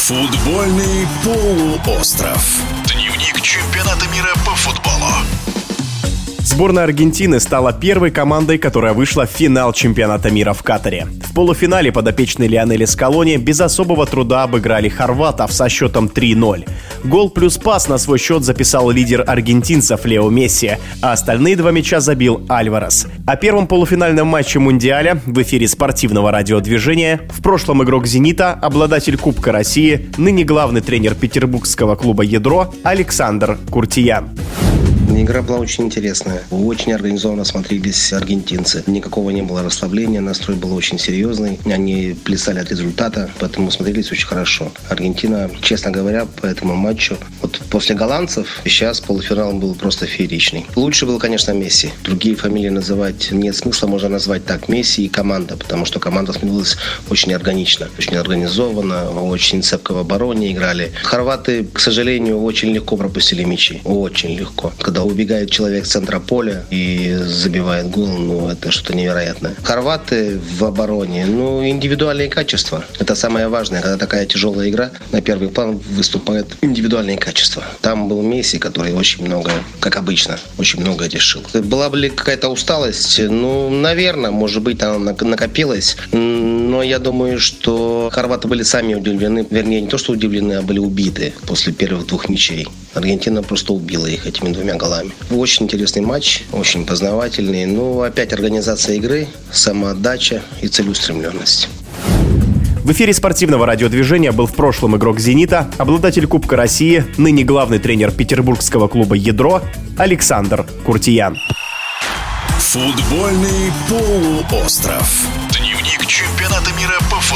Футбольный полуостров. Дневник чемпионата мира по футболу. Сборная Аргентины стала первой командой, которая вышла в финал чемпионата мира в Катаре. В полуфинале подопечные Лионеля Скалони без особого труда обыграли хорватов со счетом 3-0. Гол плюс пас на свой счет записал лидер аргентинцев Лео Месси, а остальные два мяча забил Альварес. О первом полуфинальном матче Мундиаля в эфире спортивного радиодвижения в прошлом игрок «Зенита», обладатель Кубка России, ныне главный тренер петербургского клуба «Ядро» Александр Куртиян. Игра была очень интересная. Очень организованно смотрелись аргентинцы. Никакого не было расслабления, настрой был очень серьезный. Они плясали от результата, поэтому смотрелись очень хорошо. Аргентина, честно говоря, по этому матчу, вот после голландцев, сейчас полуфинал был просто фееричный. Лучше был, конечно, Месси. Другие фамилии называть нет смысла, можно назвать так: Месси и команда, потому что команда смотрелась очень органично, очень организованно, очень цепко в обороне играли. Хорваты, к сожалению, очень легко пропустили мячи. Очень легко. Когда убегает человек с центра поля и забивает гол, это что-то невероятное. Хорваты в обороне, индивидуальные качества. Это самое важное. Когда такая тяжелая игра, на первый план выступают индивидуальные качества. Там был Месси, который очень много, как обычно, очень много решил. Была бы ли какая-то усталость? Наверное, может быть, она накопилась. Но я думаю, что хорваты были сами удивлены. Вернее, не то, что удивлены, а были убиты после первых двух мячей. Аргентина просто убила их этими двумя голами. Очень интересный матч, очень познавательный. Опять организация игры, самоотдача и целеустремленность. В эфире спортивного радиодвижения был в прошлом игрок «Зенита», обладатель Кубка России, ныне главный тренер петербургского клуба «Ядро» Александр Куртиян. Футбольный полуостров. Дневник чемпионата мира по футболу.